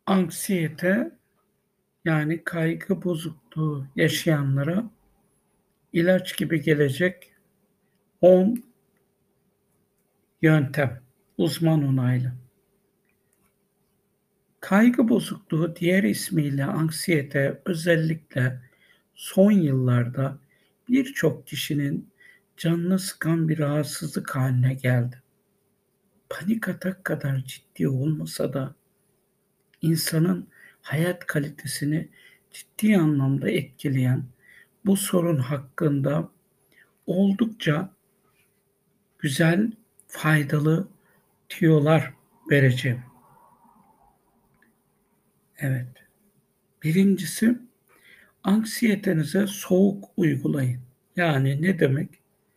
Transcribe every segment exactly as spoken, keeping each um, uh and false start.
Anksiyete yani kaygı bozukluğu yaşayanlara ilaç gibi gelecek on yöntem, uzman onaylı. Kaygı bozukluğu diğer ismiyle anksiyete özellikle son yıllarda birçok kişinin canını sıkan bir rahatsızlık haline geldi. Panik atak kadar ciddi olmasa da insanın hayat kalitesini ciddi anlamda etkileyen bu sorun hakkında oldukça güzel, faydalı tüyolar vereceğim. Evet. Birincisi, anksiyetenize soğuk uygulayın. Yani ne demek?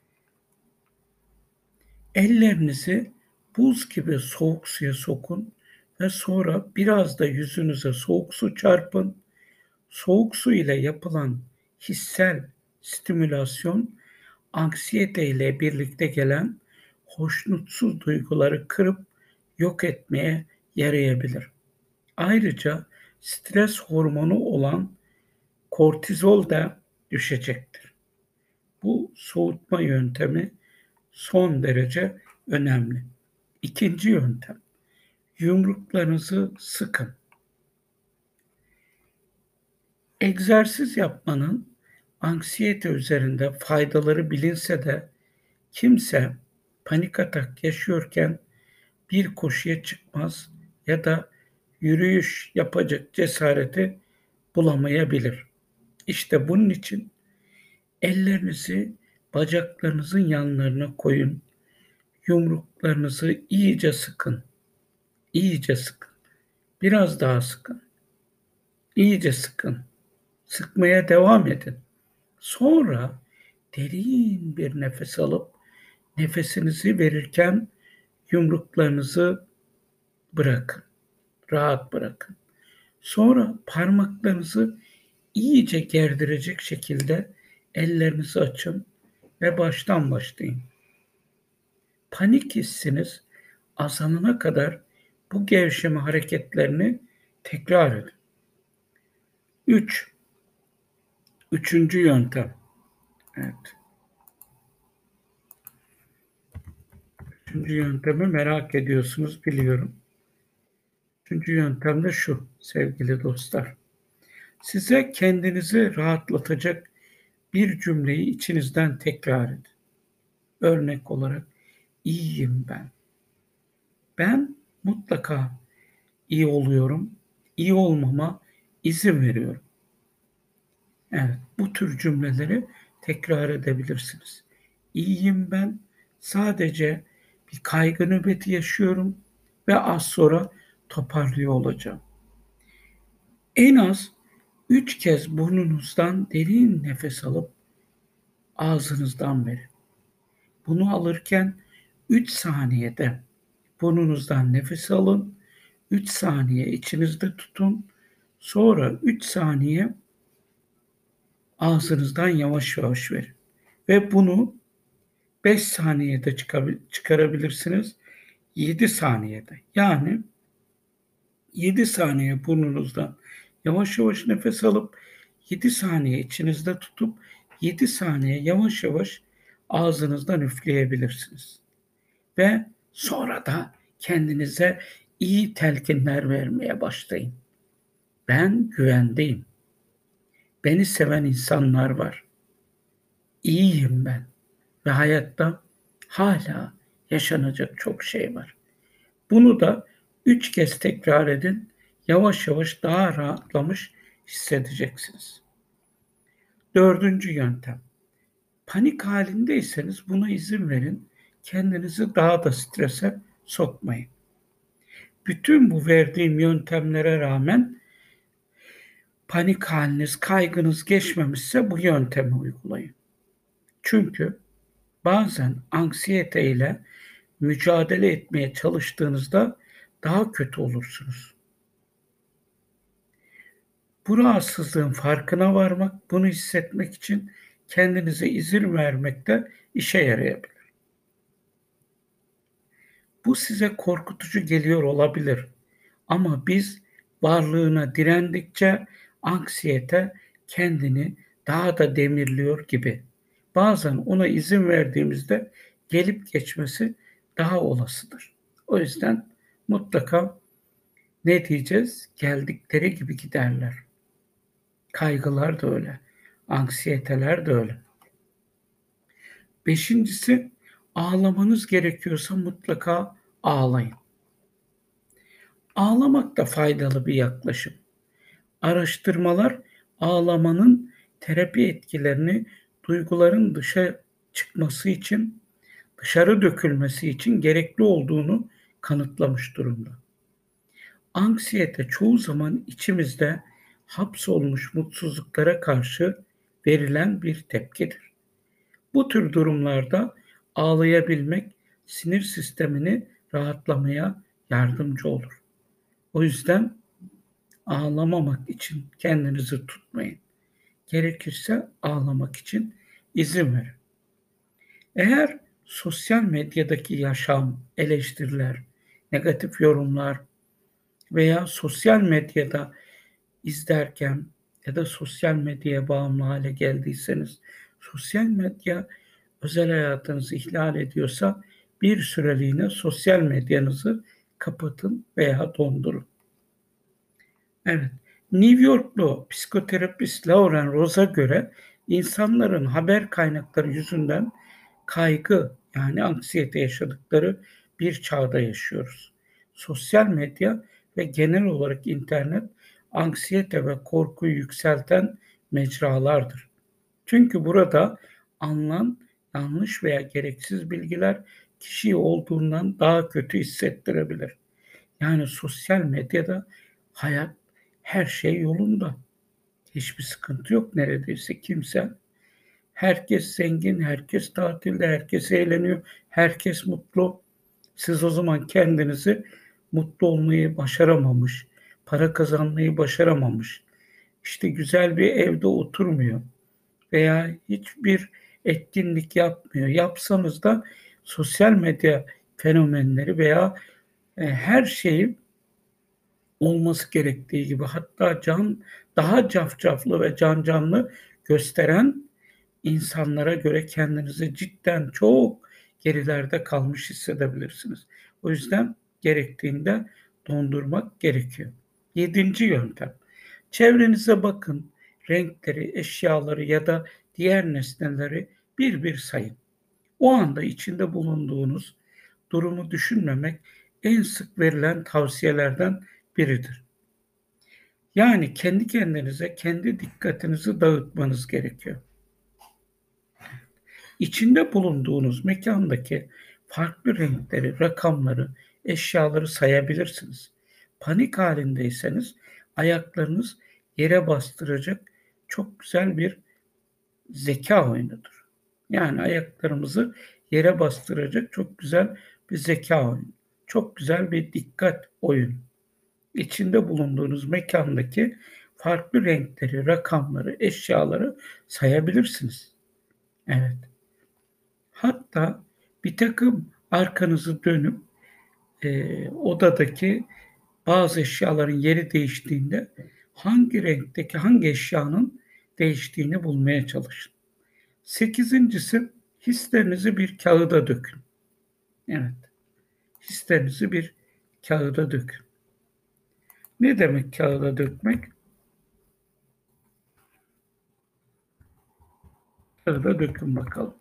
Ellerinizi buz gibi soğuk suya sokun ve sonra biraz da yüzünüze soğuk su çarpın. Soğuk su ile yapılan hissel stimülasyon anksiyete ile birlikte gelen hoşnutsuz duyguları kırıp yok etmeye yarayabilir. Ayrıca stres hormonu olan kortizol da düşecektir. Bu soğutma yöntemi son derece önemli. İkinci yöntem, yumruklarınızı sıkın. Egzersiz yapmanın anksiyete üzerinde faydaları bilinse de kimse panik atak yaşıyorken bir koşuya çıkmaz ya da yürüyüş yapacak cesareti bulamayabilir. İşte bunun için ellerinizi bacaklarınızın yanlarına koyun. Yumruklarınızı iyice sıkın. İyice sıkın. Biraz daha sıkın. İyice sıkın. Sıkmaya devam edin. Sonra derin bir nefes alıp nefesinizi verirken yumruklarınızı bırakın. Rahat bırakın. Sonra parmaklarınızı iyice gerdirecek şekilde ellerinizi açın ve baştan başlayın. Panik hissiniz azalana kadar bu gevşeme hareketlerini tekrar edin. Üç. Üçüncü yöntem. Evet. Üçüncü yöntemi merak ediyorsunuz biliyorum. Üçüncü yöntem de şu sevgili dostlar. Size kendinizi rahatlatacak bir cümleyi içinizden tekrar edin. Örnek olarak iyiyim ben. Ben mutlaka iyi oluyorum. İyi olmama izin veriyorum. Evet, bu tür cümleleri tekrar edebilirsiniz. İyiyim ben. Sadece bir kaygı nöbeti yaşıyorum ve az sonra toparlıyor olacağım. En az üç kez burnunuzdan derin nefes alıp ağzınızdan verin. Bunu alırken üç saniyede burnunuzdan nefes alın, üç saniye içinizde tutun, sonra üç saniye ağzınızdan yavaş yavaş verin. Ve bunu beş saniyede çıkarabilirsiniz, yedi saniyede. Yani yedi saniye burnunuzdan yavaş yavaş nefes alıp yedi saniye içinizde tutup yedi saniye yavaş yavaş ağzınızdan üfleyebilirsiniz. Ve sonra da kendinize iyi telkinler vermeye başlayın. Ben güvendeyim. Beni seven insanlar var. İyiyim ben ve hayatta hala yaşanacak çok şey var. Bunu da üç kez tekrar edin. Yavaş yavaş daha rahatlamış hissedeceksiniz. Dördüncü yöntem. Panik halindeyseniz buna izin verin. Kendinizi daha da strese sokmayın. Bütün bu verdiğim yöntemlere rağmen panik haliniz, kaygınız geçmemişse bu yöntemi uygulayın. Çünkü bazen anksiyete ile mücadele etmeye çalıştığınızda daha kötü olursunuz. Bu rahatsızlığın farkına varmak, bunu hissetmek için kendinize izin vermek de işe yarayabilir. Bu size korkutucu geliyor olabilir ama biz varlığına direndikçe anksiyete kendini daha da demirliyor gibi. Bazen ona izin verdiğimizde gelip geçmesi daha olasıdır. O yüzden mutlaka ne diyeceğiz? Geldikleri gibi giderler. Kaygılar da öyle. Anksiyeteler de öyle. Beşincisi, ağlamanız gerekiyorsa mutlaka ağlayın. Ağlamak da faydalı bir yaklaşım. Araştırmalar ağlamanın terapi etkilerini duyguların dışa çıkması için, dışarı dökülmesi için gerekli olduğunu kanıtlamış durumda. Anksiyete çoğu zaman içimizde hapsolmuş mutsuzluklara karşı verilen bir tepkidir. Bu tür durumlarda ağlayabilmek sinir sistemini rahatlamaya yardımcı olur. O yüzden ağlamamak için kendinizi tutmayın. Gerekirse ağlamak için izin verin. Eğer sosyal medyadaki yaşam, eleştiriler, negatif yorumlar veya sosyal medyada izlerken ya da sosyal medyaya bağımlı hale geldiyseniz, sosyal medya özel hayatınızı ihlal ediyorsa bir süreliğine sosyal medyanızı kapatın veya dondurun. Evet, New Yorklu psikoterapist Lauren Rose'a göre insanların haber kaynakları yüzünden kaygı yani anksiyete yaşadıkları bir çağda yaşıyoruz. Sosyal medya ve genel olarak internet anksiyete ve korkuyu yükselten mecralardır. Çünkü burada alınan yanlış veya gereksiz bilgiler kişiyi olduğundan daha kötü hissettirebilir. Yani sosyal medyada hayat, her şey yolunda. Hiçbir sıkıntı yok neredeyse kimse. Herkes zengin, herkes tatilde, herkes eğleniyor, herkes mutlu. Siz o zaman kendinizi mutlu olmayı başaramamış, para kazanmayı başaramamış, işte güzel bir evde oturmuyor veya hiçbir etkinlik yapmıyor. Yapsanız da sosyal medya fenomenleri veya e, her şeyi olması gerektiği gibi hatta can daha cafcaflı ve can canlı gösteren insanlara göre kendinizi cidden çok gerilerde kalmış hissedebilirsiniz. O yüzden gerektiğinde dondurmak gerekiyor. Yedinci yöntem. Çevrenize bakın. Renkleri, eşyaları ya da diğer nesneleri bir bir sayın. O anda içinde bulunduğunuz durumu düşünmemek en sık verilen tavsiyelerden biridir. Yani kendi kendinize, kendi dikkatinizi dağıtmanız gerekiyor. İçinde bulunduğunuz mekandaki farklı renkleri, rakamları, eşyaları sayabilirsiniz. Panik halindeyseniz ayaklarınız yere bastıracak çok güzel bir zeka oyunudur. Yani ayaklarımızı yere bastıracak çok güzel bir zeka oyunu. Çok güzel bir dikkat oyunu. İçinde bulunduğunuz mekandaki farklı renkleri, rakamları, eşyaları sayabilirsiniz. Evet. Hatta bir takım arkanızı dönüp e, odadaki bazı eşyaların yeri değiştiğinde hangi renkteki hangi eşyanın değiştiğini bulmaya çalışın. Sekizincisi hislerinizi bir kağıda dökün. Evet, hislerinizi bir kağıda dökün. Ne demek kağıda dökmek? Kağıda dökün bakalım.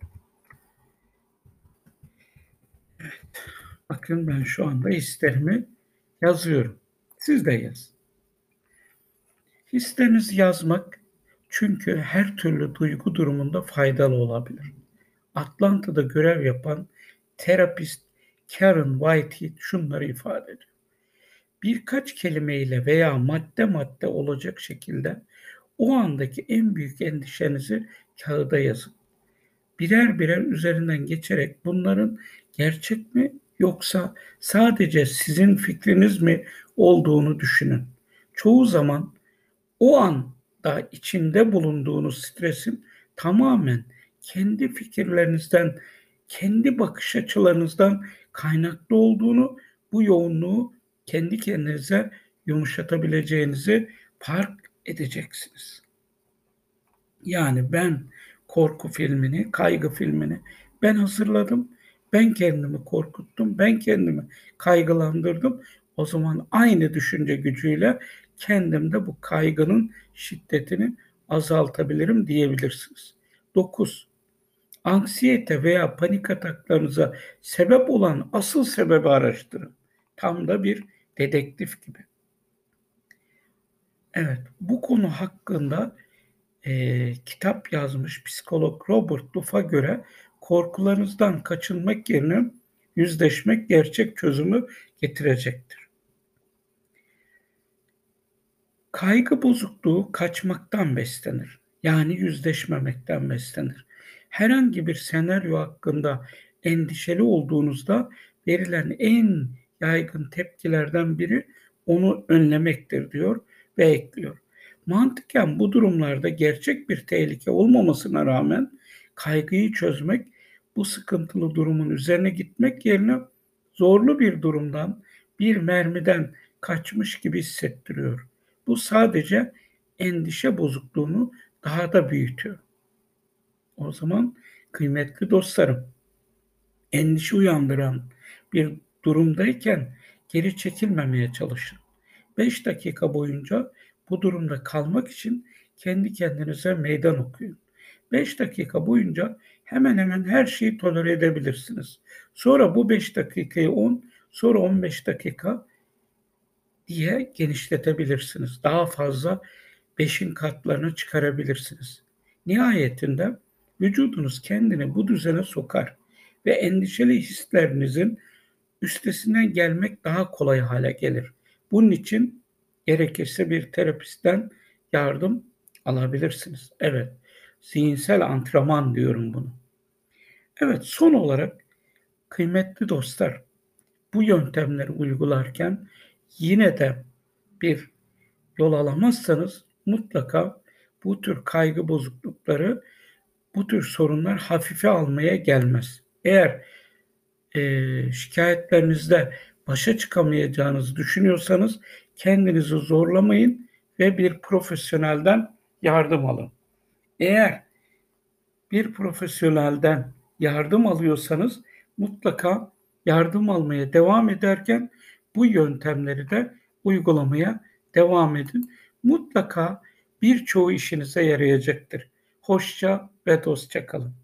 Bakın ben şu anda hislerimi yazıyorum. Siz de yazın. Hislerinizi yazmak çünkü her türlü duygu durumunda faydalı olabilir. Atlanta'da görev yapan terapist Karen Whitehead şunları ifade ediyor. Birkaç kelimeyle veya madde madde olacak şekilde o andaki en büyük endişenizi kağıda yazın. Birer birer üzerinden geçerek bunların gerçek mi yoksa sadece sizin fikriniz mi olduğunu düşünün. Çoğu zaman o anda içinde bulunduğunuz stresin tamamen kendi fikirlerinizden, kendi bakış açılarınızdan kaynaklı olduğunu, bu yoğunluğu kendi kendinize yumuşatabileceğinizi fark edeceksiniz. Yani ben korku filmini, kaygı filmini ben hazırladım. Ben kendimi korkuttum. Ben kendimi kaygılandırdım. O zaman aynı düşünce gücüyle kendimde bu kaygının şiddetini azaltabilirim diyebilirsiniz. dokuz. Anksiyete veya panik ataklarınıza sebep olan asıl sebebi araştırın. Tam da bir dedektif gibi. Evet, bu konu hakkında e, kitap yazmış psikolog Robert Luff'a göre korkularınızdan kaçınmak yerine yüzleşmek gerçek çözümü getirecektir. Kaygı bozukluğu kaçmaktan beslenir. Yani yüzleşmemekten beslenir. Herhangi bir senaryo hakkında endişeli olduğunuzda verilen en yaygın tepkilerden biri onu önlemektir diyor ve ekliyor. Mantıken bu durumlarda gerçek bir tehlike olmamasına rağmen kaygıyı çözmek, bu sıkıntılı durumun üzerine gitmek yerine zorlu bir durumdan, bir mermiden kaçmış gibi hissettiriyor. Bu sadece endişe bozukluğunu daha da büyütüyor. O zaman kıymetli dostlarım, endişe uyandıran bir durumdayken geri çekilmemeye çalışın. beş dakika boyunca bu durumda kalmak için kendi kendinize meydan okuyun. beş dakika boyunca hemen hemen her şeyi tolere edebilirsiniz. Sonra bu beş dakikayı on, sonra on beş dakika diye genişletebilirsiniz. Daha fazla beşin katlarını çıkarabilirsiniz. Nihayetinde vücudunuz kendini bu düzene sokar ve endişeli hislerinizin üstesinden gelmek daha kolay hale gelir. Bunun için gerekirse bir terapistten yardım alabilirsiniz. Evet, zihinsel antrenman diyorum bunu. Evet, son olarak kıymetli dostlar, bu yöntemleri uygularken yine de bir yol alamazsanız mutlaka bu tür kaygı bozuklukları, bu tür sorunlar hafife almaya gelmez. Eğer e, şikayetlerinizde başa çıkamayacağınızı düşünüyorsanız kendinizi zorlamayın ve bir profesyonelden yardım alın. Eğer bir profesyonelden yardım alıyorsanız mutlaka yardım almaya devam ederken bu yöntemleri de uygulamaya devam edin. Mutlaka birçoğu işinize yarayacaktır. Hoşça ve dostça kalın.